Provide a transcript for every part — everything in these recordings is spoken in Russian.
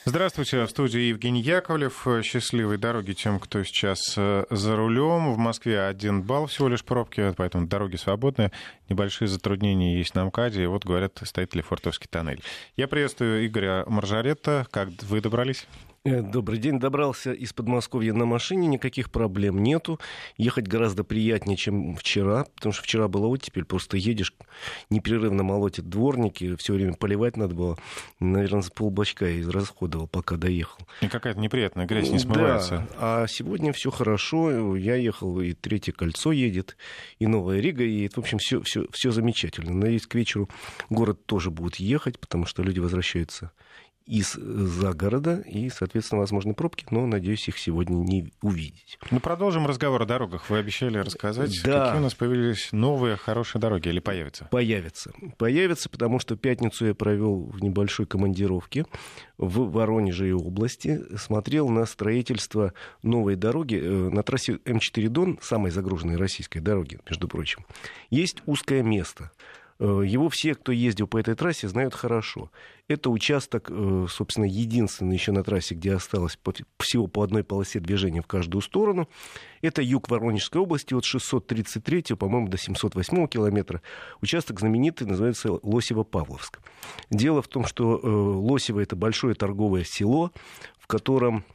Здравствуйте, в студии Евгений Яковлев. Счастливой дороги тем, кто сейчас за рулем. В Москве 1 балл всего лишь пробки, поэтому дороги свободны. Небольшие затруднения есть на МКАДе. Вот, говорят, стоит Лефортовский тоннель. Я приветствую Игоря Маржаретта. Как вы добрались? Добрый день. Добрался из Подмосковья на машине, никаких проблем нету. Ехать гораздо приятнее, чем вчера, потому что вчера была оттепель, просто едешь, непрерывно молотят дворники, все время поливать надо было. Наверное, с полбачка я израсходовал, пока доехал. И какая-то неприятная грязь не смывается. Да, а сегодня все хорошо. Я ехал, и Третье кольцо едет, и Новая Рига едет. В общем, все замечательно. Надеюсь, к вечеру город тоже будет ехать, потому что люди возвращаются из-за города, и, соответственно, возможны пробки, но, надеюсь, их сегодня не увидеть. Ну, продолжим разговор о дорогах. Вы обещали рассказать, да. Какие у нас появились новые хорошие дороги или появятся? Появятся, потому что пятницу я провел в небольшой командировке в Воронеже и области, смотрел на строительство новой дороги на трассе М4 Дон, самой загруженной российской дороги, между прочим. Есть узкое место. Его все, кто ездил по этой трассе, знают хорошо. Это участок, собственно, единственный еще на трассе, где осталось всего по одной полосе движения в каждую сторону. Это юг Воронежской области от 633, по-моему, до 708 километра. Участок знаменитый, называется Лосево-Павловск. Дело в том, что Лосево — это большое торговое село, в котором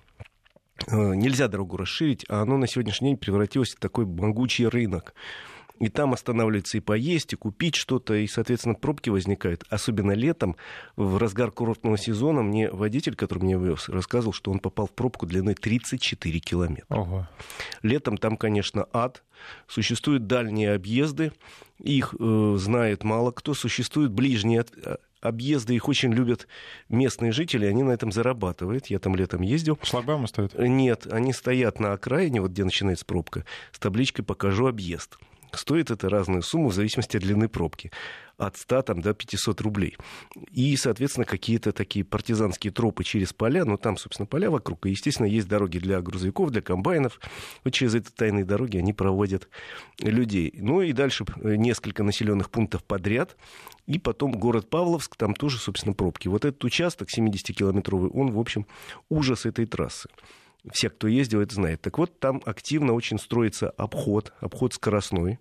нельзя дорогу расширить, а оно на сегодняшний день превратилось в такой могучий рынок. И там останавливаться и поесть, и купить что-то, и, соответственно, пробки возникают. Особенно летом, в разгар курортного сезона, мне водитель, который меня вез, рассказывал, что он попал в пробку длиной 34 километра. Ого. Летом там, конечно, ад. Существуют дальние объезды, их знает мало кто. Существуют ближние объезды, их очень любят местные жители, они на этом зарабатывают. Я там летом ездил. Шлагбаумы стоят? Нет, они стоят на окраине, вот где начинается пробка, с табличкой «Покажу объезд». Стоит это разную сумму в зависимости от длины пробки. От 100 до 500 рублей. И, соответственно, какие-то такие партизанские тропы через поля. Но там, собственно, поля вокруг. И, естественно, есть дороги для грузовиков, для комбайнов. Вот через эти тайные дороги они проводят людей. Ну и дальше несколько населенных пунктов подряд. И потом город Павловск. Там тоже, собственно, пробки. Вот этот участок 70-километровый, он, в общем, ужас этой трассы. Все, кто ездил, это знает. Так вот, там активно очень строится обход скоростной.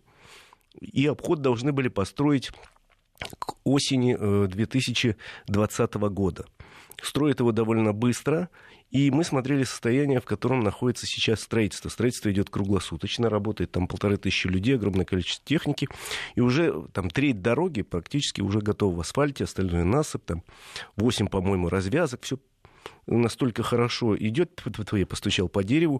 И обход должны были построить к осени 2020 года. Строят его довольно быстро. И мы смотрели состояние, в котором находится сейчас строительство. Строительство идет круглосуточно, работает там 1500 людей, огромное количество техники. И уже там треть дороги практически уже готова в асфальте, остальное насыпь. Там 8, по-моему, развязок, все настолько хорошо идет, я постучал по дереву,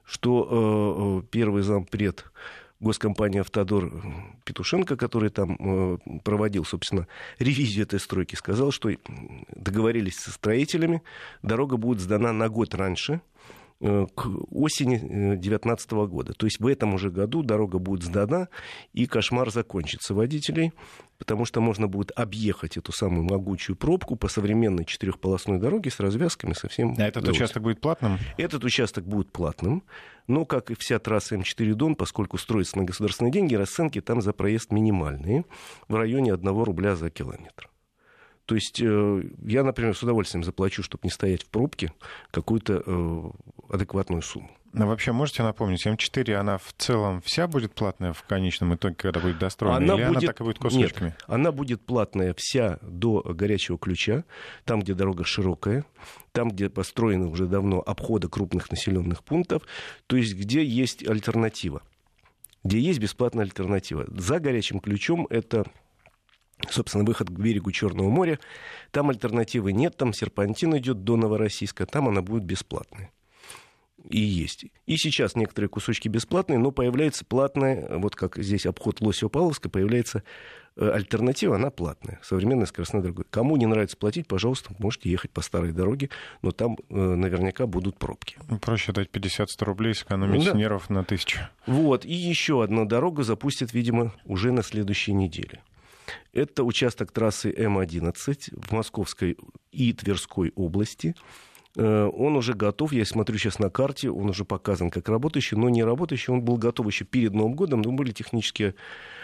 что первый зампред госкомпании «Автодор» Петушенко, который там проводил, собственно, ревизию этой стройки, сказал, что договорились со строителями, дорога будет сдана на год раньше, к осени 2019 года. То есть в этом уже году дорога будет сдана, и кошмар закончится водителей, потому что можно будет объехать эту самую могучую пробку по современной 4-полосной дороге с развязками совсем. А этот участок будет платным? Этот участок будет платным, но, как и вся трасса М4 Дон, поскольку строится на государственные деньги, расценки там за проезд минимальные, в районе 1 рубля за километр. То есть я, например, с удовольствием заплачу, чтобы не стоять в пробке, какую-то адекватную сумму. Но вообще можете напомнить, М4, она в целом вся будет платная в конечном итоге, когда будет достроена? Она так и будет кусочками? Нет, она будет платная вся до Горячего Ключа, там, где дорога широкая, там, где построены уже давно обходы крупных населенных пунктов, то есть где есть альтернатива, где есть бесплатная альтернатива. За Горячим Ключом это, собственно, выход к берегу Черного моря. Там альтернативы нет, там серпантин идет до Новороссийска, там она будет бесплатная. И есть. И сейчас некоторые кусочки бесплатные, но появляется платная, вот как здесь обход Лосева-Павловска, появляется альтернатива, она платная, современная скоростная дорога. Кому не нравится платить, пожалуйста, можете ехать по старой дороге, но там наверняка будут пробки. Проще дать 50-100 рублей, сэкономить нервов на 1000. Вот, и еще одна дорога запустят, видимо, уже на следующей неделе. Это участок трассы М11 в Московской и Тверской области. Он уже готов, я смотрю сейчас на карте, он уже показан как работающий, но не работающий, он был готов еще перед Новым годом, но были технические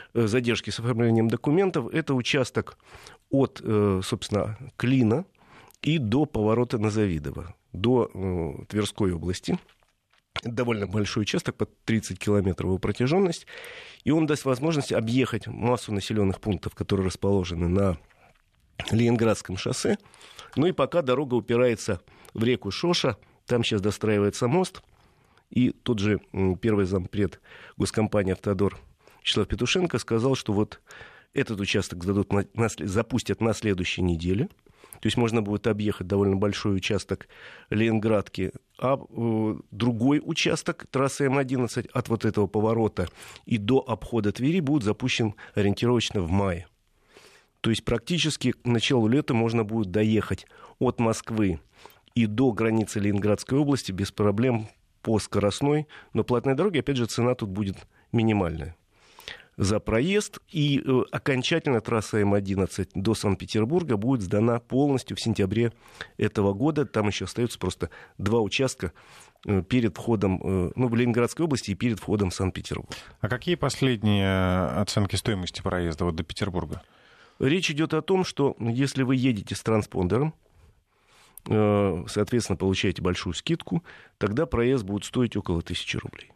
задержки с оформлением документов. Это участок от, собственно, Клина и до поворота на Завидово, до Тверской области. Это довольно большой участок, под 30 километров его протяженность. И он даст возможность объехать массу населенных пунктов, которые расположены на Ленинградском шоссе. Ну и пока дорога упирается в реку Шоша, там сейчас достраивается мост. И тот же первый зампред госкомпании «Автодор» Вячеслав Петушенко сказал, что вот этот участок запустят на следующей неделе. То есть можно будет объехать довольно большой участок Ленинградки, а другой участок трассы М-11 от вот этого поворота и до обхода Твери будет запущен ориентировочно в мае. То есть практически к началу лета можно будет доехать от Москвы и до границы Ленинградской области без проблем по скоростной, но платной дороге, опять же, цена тут будет минимальная за проезд. И окончательно трасса М-11 до Санкт-Петербурга будет сдана полностью в сентябре этого года. Там еще остается просто 2 участка перед входом в Ленинградской области и перед входом в Санкт-Петербург. А какие последние оценки стоимости проезда вот до Петербурга? Речь идет о том, что если вы едете с транспондером, соответственно, получаете большую скидку, тогда проезд будет стоить около 1000 рублей.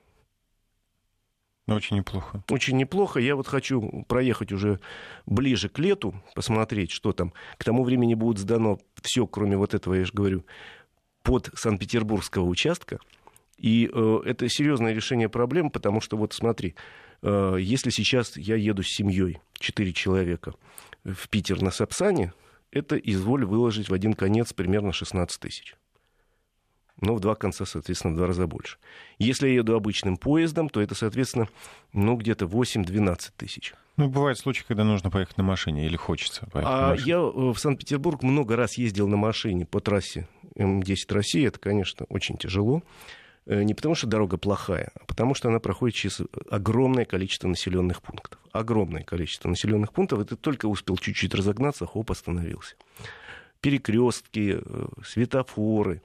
Очень неплохо. Очень неплохо. Я вот хочу проехать уже ближе к лету, посмотреть, что там. К тому времени будет сдано все, кроме вот этого, я же говорю, под Санкт-Петербургского участка. И это серьезное решение проблем, потому что вот смотри, если сейчас я еду с семьей, 4 человека, в Питер на Сапсане, это изволь выложить в один конец примерно 16 тысяч. Но в 2 конца, соответственно, в 2 раза больше. Если я еду обычным поездом, то это, соответственно, где-то 8-12 тысяч. Ну, бывают случаи, когда нужно поехать на машине или хочется поехать на машине. Я в Санкт-Петербург много раз ездил на машине по трассе М10 России. Это, конечно, очень тяжело. Не потому, что дорога плохая, а потому, что она проходит через огромное количество населенных пунктов. Огромное количество населенных пунктов. И ты только успел чуть-чуть разогнаться, хоп, остановился. Перекрестки, светофоры,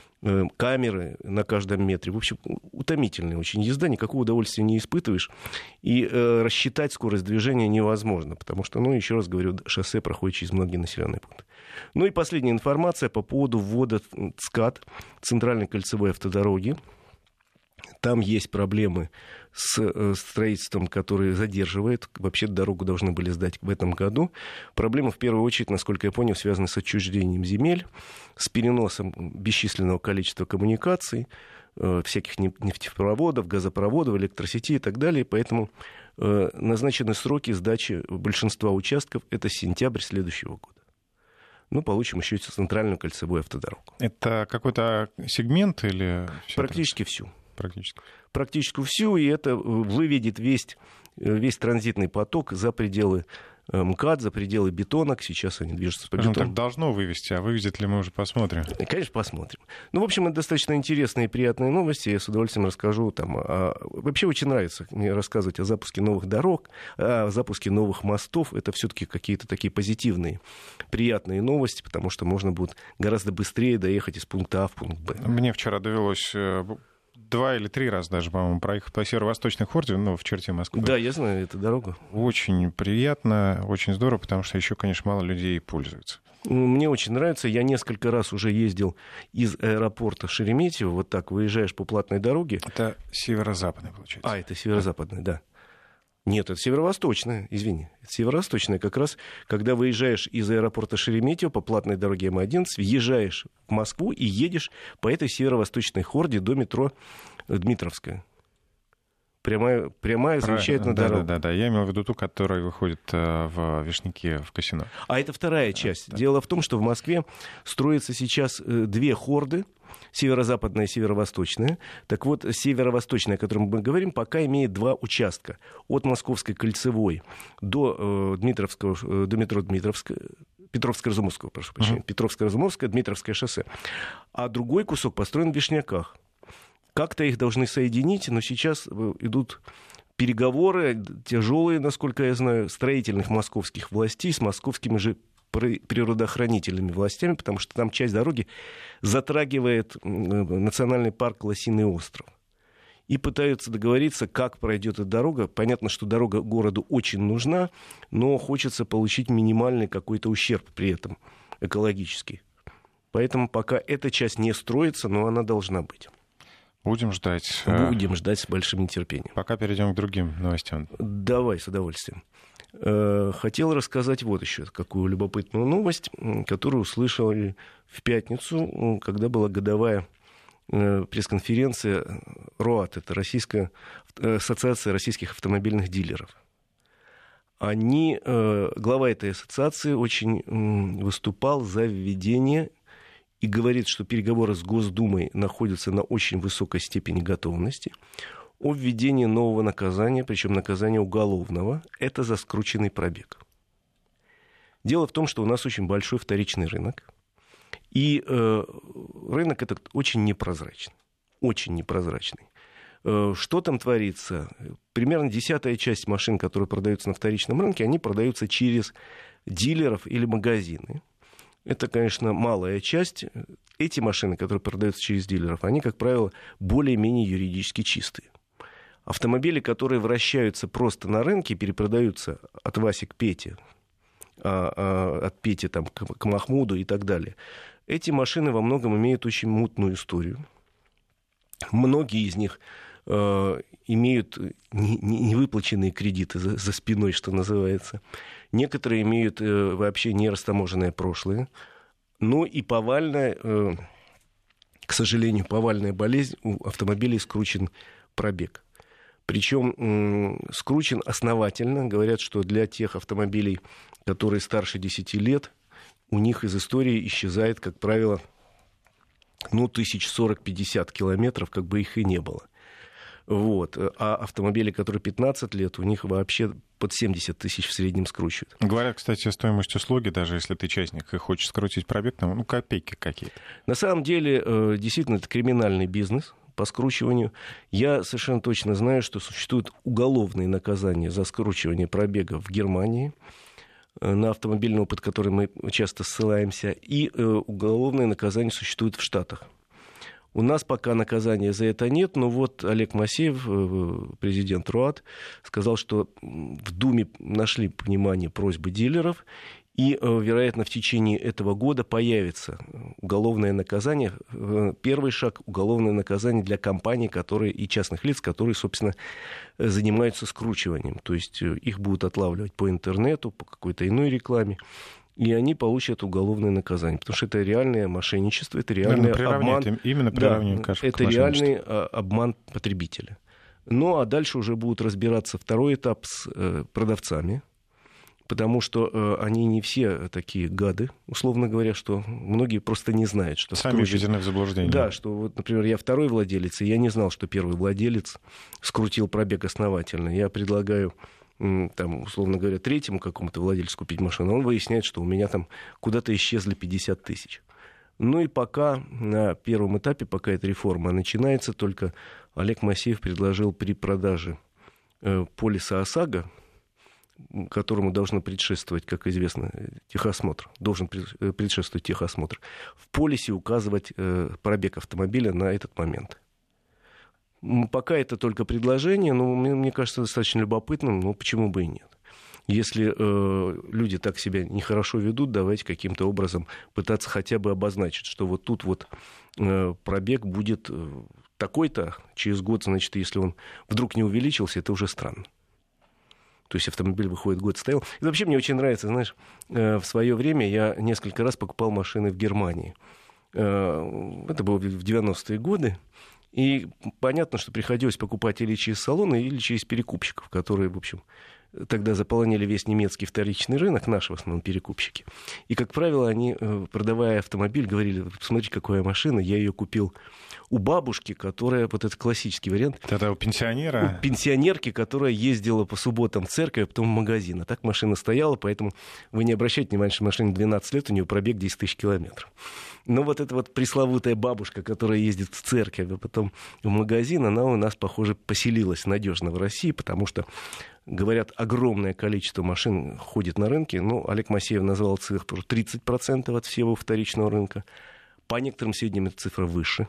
камеры на каждом метре. В общем, утомительная очень езда, никакого удовольствия не испытываешь. И рассчитать скорость движения невозможно, потому что, еще раз говорю, шоссе проходит через многие населенные пункты. Ну и последняя информация по поводу ввода ЦКАД, Центральной кольцевой автодороги. Там есть проблемы с строительством, которое задерживает. Вообще дорогу должны были сдать в этом году. Проблемы, в первую очередь, насколько я понял, связаны с отчуждением земель, с переносом бесчисленного количества коммуникаций, всяких нефтепроводов, газопроводов, электросети и так далее. Поэтому назначены сроки сдачи большинства участков. Это сентябрь следующего года. Получим еще и центральную кольцевую автодорогу. Это какой-то сегмент или... Практически всю. Практически всю, и это выведет весь транзитный поток за пределы МКАД, за пределы бетонок. Сейчас они движутся по бетону. Так должно вывести, а вывезет ли, мы уже посмотрим. Конечно, посмотрим. В общем, это достаточно интересные и приятные новости. Я с удовольствием расскажу. Вообще очень нравится мне рассказывать о запуске новых дорог, о запуске новых мостов. Это все-таки какие-то такие позитивные, приятные новости, потому что можно будет гораздо быстрее доехать из пункта А в пункт Б. Мне вчера довелось 2 или 3 раза даже, по-моему, проехать по северо-восточной хорде, в черте Москвы. Да, я знаю эту дорогу. Очень приятно, очень здорово, потому что еще, конечно, мало людей пользуются. Мне очень нравится. Я несколько раз уже ездил из аэропорта Шереметьево. Вот так выезжаешь по платной дороге. Это северо-западная, получается. Это северо-западная, да. Нет, это северо-восточная, извини. Это северо-восточная. Как раз, когда выезжаешь из аэропорта Шереметьево по платной дороге М11, въезжаешь в Москву и едешь по этой северо-восточной хорде до метро Дмитровская. Прямая замечательная дорога. Да. Я имел в виду ту, которая выходит в Вишняки, в Косино. А это вторая часть. Да. Дело в том, что в Москве строятся сейчас 2 хорды, северо-западная и северо-восточная. Так вот, северо-восточная, о которой мы говорим, пока имеет 2 участка. От Московской кольцевой до метро Дмитровская. Петровско-Разумовского, прошу прощения. Петровско-Разумовское, Дмитровское шоссе. А другой кусок построен в Вишняках. Как-то их должны соединить, но сейчас идут переговоры тяжелые, насколько я знаю, строительных московских властей с московскими же природоохранительными властями, потому что там часть дороги затрагивает национальный парк Лосиный остров. И пытаются договориться, как пройдет эта дорога. Понятно, что дорога городу очень нужна, но хочется получить минимальный какой-то ущерб при этом экологический. Поэтому пока эта часть не строится, но она должна быть. Будем ждать. Будем ждать с большим нетерпением. Пока перейдем к другим новостям. Давай, с удовольствием. Хотел рассказать вот еще какую любопытную новость, которую услышали в пятницу, когда была годовая пресс-конференция РОАТ, это Российская ассоциация российских автомобильных дилеров. Глава этой ассоциации очень выступал за введение и говорит, что переговоры с Госдумой находятся на очень высокой степени готовности о введении нового наказания, причем наказания уголовного, это за скрученный пробег. Дело в том, что у нас очень большой вторичный рынок, и рынок этот очень непрозрачный. Очень непрозрачный. Что там творится? Примерно 10-я часть машин, которые продаются на вторичном рынке, они продаются через дилеров или магазины. Это, конечно, малая часть. Эти машины, которые продаются через дилеров, они, как правило, более-менее юридически чистые. Автомобили, которые вращаются просто на рынке, перепродаются от Васи к Пете, от Пети там, к Махмуду и так далее. Эти машины во многом имеют очень мутную историю. Многие из них имеют невыплаченные кредиты за спиной, что называется. Некоторые имеют вообще нерастаможенное прошлое. Ну и повальная, к сожалению, повальная болезнь, у автомобилей скручен пробег. Причем скручен основательно. Говорят, что для тех автомобилей, которые старше 10 лет, у них из истории исчезает, как правило, 1040-50 километров, как бы их и не было. Вот. А автомобили, которые 15 лет, у них вообще под 70 тысяч в среднем скручивают. Говорят, кстати, стоимость услуги, даже если ты частник и хочешь скрутить пробег, копейки какие-то. На самом деле, действительно, это криминальный бизнес по скручиванию. Я совершенно точно знаю, что существуют уголовные наказания за скручивание пробега в Германии, на автомобильный опыт, который мы часто ссылаемся, и уголовные наказания существуют в Штатах. У нас пока наказания за это нет, но вот Олег Масеев, президент РОАТ, сказал, что в Думе нашли понимание просьбы дилеров, и, вероятно, в течение этого года появится уголовное наказание. Первый шаг — уголовное наказание для компаний и частных лиц, которые, собственно, занимаются скручиванием. То есть их будут отлавливать по интернету, по какой-то иной рекламе, и они получат уголовное наказание. Потому что это реальное мошенничество, это реальный обман. Именно приравнивание, кажется, это реальный обман потребителя. Ну, а дальше уже будут разбираться второй этап с продавцами, потому что они не все такие гады, условно говоря, что многие просто не знают, что... Сами введены в заблуждение. Да, что вот, например, я второй владелец, и я не знал, что первый владелец скрутил пробег основательно. Я предлагаю, там, условно говоря, третьему какому-то владельцу купить машину, он выясняет, что у меня там куда-то исчезли 50 тысяч. Ну и пока на первом этапе, пока эта реформа начинается, только Олег Масеев предложил при продаже полиса ОСАГО, которому должно предшествовать, как известно, техосмотр, должен предшествовать техосмотр, в полисе указывать пробег автомобиля на этот момент. Пока это только предложение, но мне кажется достаточно любопытным, но почему бы и нет. Если люди так себя нехорошо ведут, давайте каким-то образом пытаться хотя бы обозначить, что вот тут вот пробег будет такой-то, через год, значит, если он вдруг не увеличился, это уже странно. То есть автомобиль выходит, год стоял. И вообще мне очень нравится, знаешь, в свое время я несколько раз покупал машины в Германии. Это было в 90-е годы. И понятно, что приходилось покупать или через салоны, или через перекупщиков, которые, в общем, тогда заполонили весь немецкий вторичный рынок, наши в основном перекупщики. И, как правило, они, продавая автомобиль, говорили: посмотрите, какая машина, я ее купил у бабушки, которая, вот это классический вариант. Это у пенсионера? У пенсионерки, которая ездила по субботам в церковь, а потом в магазин. А так машина стояла, поэтому вы не обращайте внимания, что машине 12 лет, у нее пробег 10 тысяч километров. Но вот эта вот пресловутая бабушка, которая ездит в церковь, а потом в магазин, она у нас, похоже, поселилась надежно в России, потому что, говорят, огромное количество машин ходит на рынке. Ну, Олег Масеев назвал цифру 30% от всего вторичного рынка. По некоторым сведениям эта цифра выше.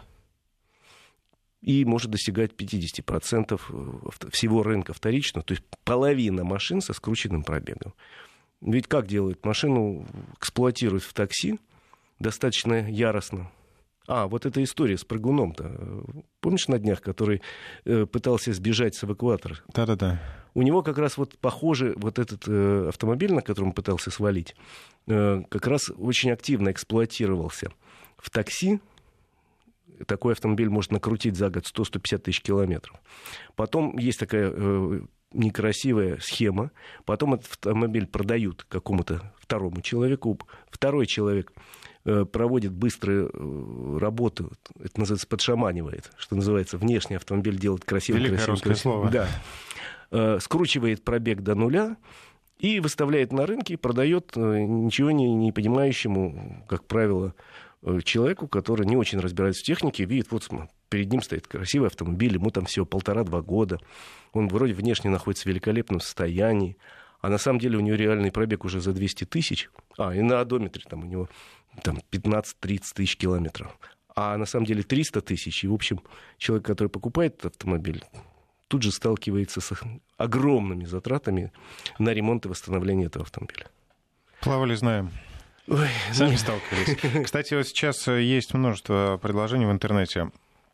И может достигать 50% всего рынка вторичного. То есть половина машин со скрученным пробегом. Ведь как делают? Машину эксплуатируют в такси, достаточно яростно. Вот эта история с прыгуном-то. Помнишь на днях, который пытался сбежать с эвакуатора? Да-да-да. У него как раз вот похоже, вот этот автомобиль, на котором пытался свалить, как раз очень активно эксплуатировался в такси. Такой автомобиль может накрутить за год 100-150 тысяч километров. Потом есть такая некрасивая схема. Потом этот автомобиль продают какому-то второму человеку. Второй человек проводит быструю работу, это называется подшаманивает, что называется, внешний автомобиль делает красивым. Великое русское слово. Да. Скручивает пробег до нуля и выставляет на рынке и продает ничего не понимающему, как правило, человеку, который не очень разбирается в технике, видит, вот перед ним стоит красивый автомобиль, ему там всего 1,5-2 года, он вроде внешне находится в великолепном состоянии, а на самом деле у него реальный пробег уже за 200 тысяч, и на одометре там у него там 15-30 тысяч километров, а на самом деле 300 тысяч, и, в общем, человек, который покупает этот автомобиль, тут же сталкивается с огромными затратами на ремонт и восстановление этого автомобиля. Плавали, знаем. Ой, сами сталкивались. Кстати, вот сейчас есть множество предложений в интернете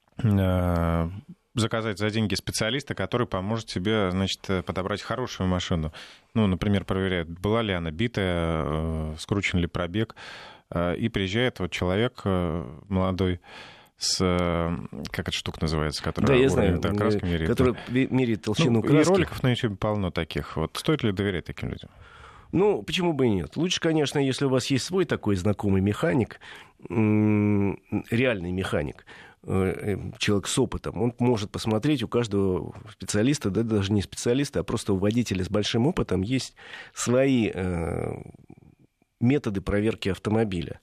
заказать за деньги специалиста, который поможет тебе, значит, подобрать хорошую машину. Ну, например, проверяет, была ли она битая, скручен ли пробег. И приезжает вот человек молодой с... Как эта штука называется? Которая я знаю, краски меряет. Который меряет толщину краски. И роликов на YouTube полно таких. Вот стоит ли доверять таким людям? Почему бы и нет? Лучше, конечно, если у вас есть свой такой знакомый механик, реальный механик, человек с опытом, он может посмотреть, у каждого специалиста, да даже не специалиста, а просто у водителя с большим опытом есть свои методы проверки автомобиля.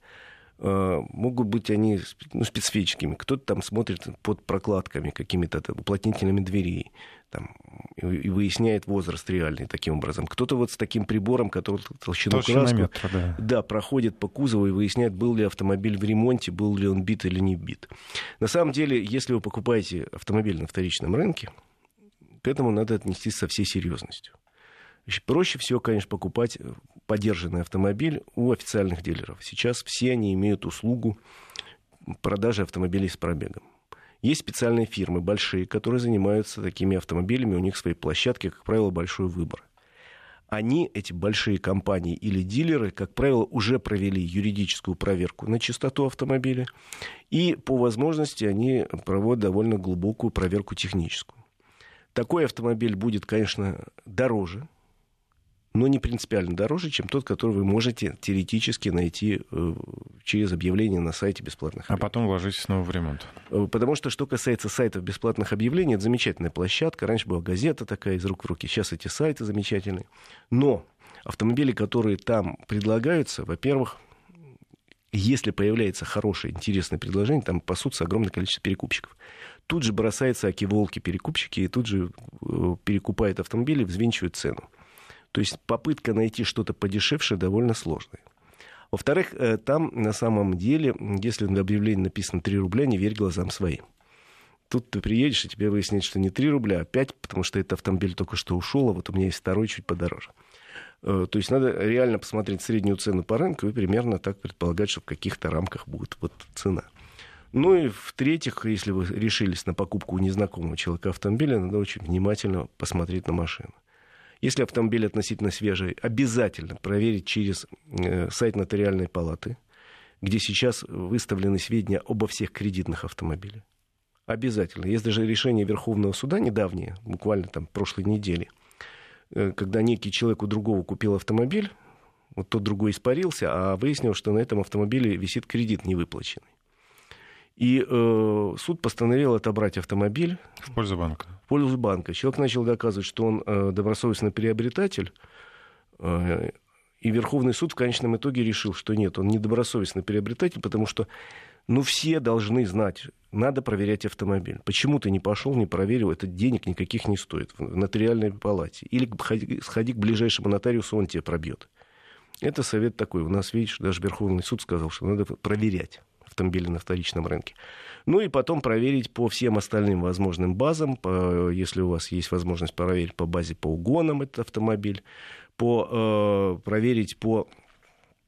Могут быть они специфическими. Кто-то там смотрит под прокладками, какими-то уплотнителями дверей там, и выясняет возраст реальный таким образом. Кто-то вот с таким прибором, который толщину краску проходит по кузову и выясняет, был ли автомобиль в ремонте, был ли он бит или не бит. На самом деле, если вы покупаете автомобиль на вторичном рынке, к этому надо отнестись со всей серьезностью. Проще всего, конечно, покупать подержанный автомобиль у официальных дилеров. Сейчас все они имеют услугу продажи автомобилей с пробегом. Есть специальные фирмы большие, которые занимаются такими автомобилями, у них свои площадки, как правило, большой выбор. Они, эти большие компании или дилеры, как правило, уже провели юридическую проверку на чистоту автомобиля, и по возможности они проводят довольно глубокую проверку техническую. Такой автомобиль будет, конечно, дороже, но не принципиально дороже, чем тот, который вы можете теоретически найти через объявление на сайте бесплатных объявлений. А потом вложитесь снова в ремонт. Потому что касается сайтов бесплатных объявлений, это замечательная площадка. Раньше была газета такая из рук в руки, сейчас эти сайты замечательные. Но автомобили, которые там предлагаются, во-первых, если появляется хорошее, интересное предложение, там пасутся огромное количество перекупщиков. Тут же бросаются аки-волки-перекупщики и тут же перекупают автомобили и взвинчивают цену. То есть попытка найти что-то подешевше довольно сложная. Во-вторых, там на самом деле, если на объявлении написано 3 рубля, не верь глазам своим. Тут ты приедешь, и тебе выяснится, что не 3 рубля, а 5, потому что этот автомобиль только что ушел, а вот у меня есть второй чуть подороже. То есть надо реально посмотреть среднюю цену по рынку и примерно так предполагать, что в каких-то рамках будет вот цена. Ну и в-третьих, если вы решились на покупку у незнакомого человека автомобиля, надо очень внимательно посмотреть на машину. Если автомобиль относительно свежий, обязательно проверить через сайт Нотариальной палаты, где сейчас выставлены сведения обо всех кредитных автомобилях. Обязательно. Есть даже решение Верховного суда недавнее, буквально там прошлой неделе, когда некий человек у другого купил автомобиль, вот тот другой испарился, а выяснилось, что на этом автомобиле висит кредит невыплаченный. И суд постановил отобрать автомобиль. В пользу банка. В пользу банка. Человек начал доказывать, что он добросовестный приобретатель. И Верховный суд в конечном итоге решил, что нет, он не добросовестный приобретатель, потому что все должны знать, надо проверять автомобиль. Почему ты не пошел, не проверил, это денег никаких не стоит в нотариальной палате. Или сходи к ближайшему нотариусу, он тебе пробьет. Это совет такой. У нас, видишь, даже Верховный суд сказал, что надо проверять автомобили на вторичном рынке. Ну и потом проверить по всем остальным возможным базам, если у вас есть возможность проверить по базе по угонам этот автомобиль, проверить по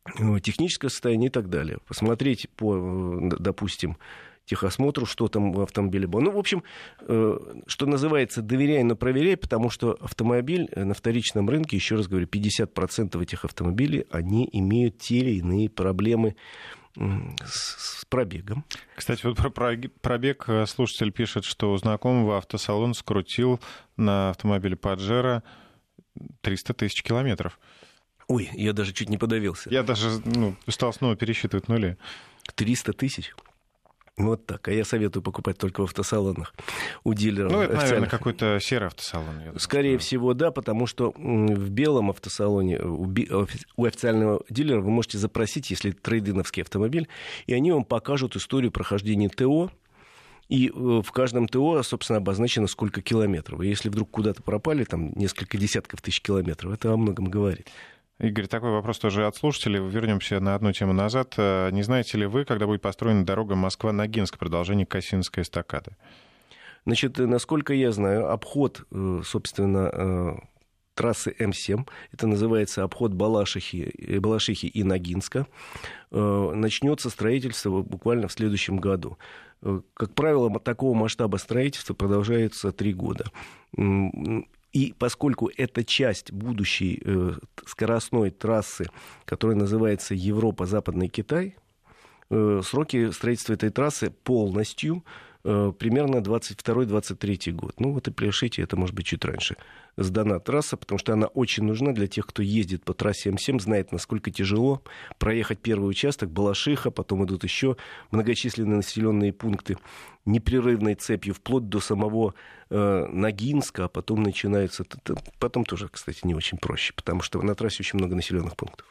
техническое состояние и так далее. Посмотреть по, допустим, техосмотру, что там в автомобиле было. Ну, в общем, что называется, доверяй, но проверяй, потому что автомобиль на вторичном рынке, еще раз говорю, 50% этих автомобилей, они имеют те или иные проблемы с пробегом. Кстати, вот про пробег слушатель пишет, что у знакомого автосалон скрутил на автомобиле Паджеро 300 тысяч километров. Ой, я даже чуть не подавился. Я даже стал снова пересчитывать нули. 300 тысяч? Вот так. А я советую покупать только в автосалонах у дилеров. Ну, это, наверное, какой-то серый автосалон. Скорее всего, да, потому что в белом автосалоне у официального дилера вы можете запросить, если это трейд-иновский автомобиль, и они вам покажут историю прохождения ТО. И в каждом ТО, собственно, обозначено, сколько километров. И если вдруг куда-то пропали, там, несколько десятков тысяч километров, это о многом говорит. Игорь, такой вопрос тоже от слушателей. Вернемся на одну тему назад. Не знаете ли вы, когда будет построена дорога Москва-Ногинск, продолжение Кассинской эстакады? Значит, насколько я знаю, обход, собственно, трассы М7, это называется обход Балашихи и Ногинска, начнется строительство буквально в следующем году. Как правило, такого масштаба строительства продолжается 3 года. И поскольку это часть будущей скоростной трассы, которая называется Европа-Западный Китай, сроки строительства этой трассы полностью примерно 22-23 год. Ну вот и пишите, это может быть чуть раньше. Сдана трасса, потому что она очень нужна для тех, кто ездит по трассе М7, знает, насколько тяжело проехать первый участок, Балашиха, потом идут еще многочисленные населенные пункты непрерывной цепью вплоть до самого Ногинска, а потом начинается... Потом тоже, кстати, не очень проще, потому что на трассе очень много населенных пунктов.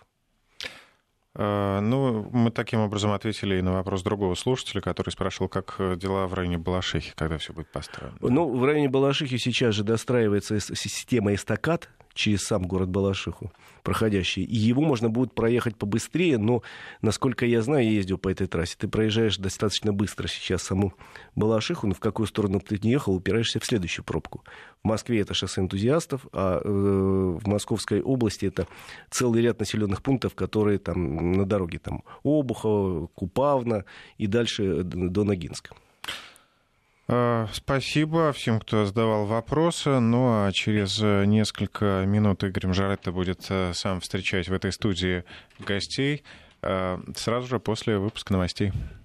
Ну, мы таким образом ответили и на вопрос другого слушателя, который спрашивал, как дела в районе Балашихи, когда все будет построено. Ну, в районе Балашихи сейчас же достраивается система эстакад через сам город Балашиху, проходящий. И его можно будет проехать побыстрее, но, насколько я знаю, я ездил по этой трассе, ты проезжаешь достаточно быстро сейчас саму Балашиху, но в какую сторону ты не ехал, упираешься в следующую пробку. В Москве это шоссе энтузиастов, а в Московской области это целый ряд населенных пунктов, которые там на дороге, там Обухово, Купавна и дальше до Ногинска. Спасибо всем, кто задавал вопросы. Ну а через несколько минут Игорь Мжаретта будет сам встречать в этой студии гостей сразу же после выпуска новостей.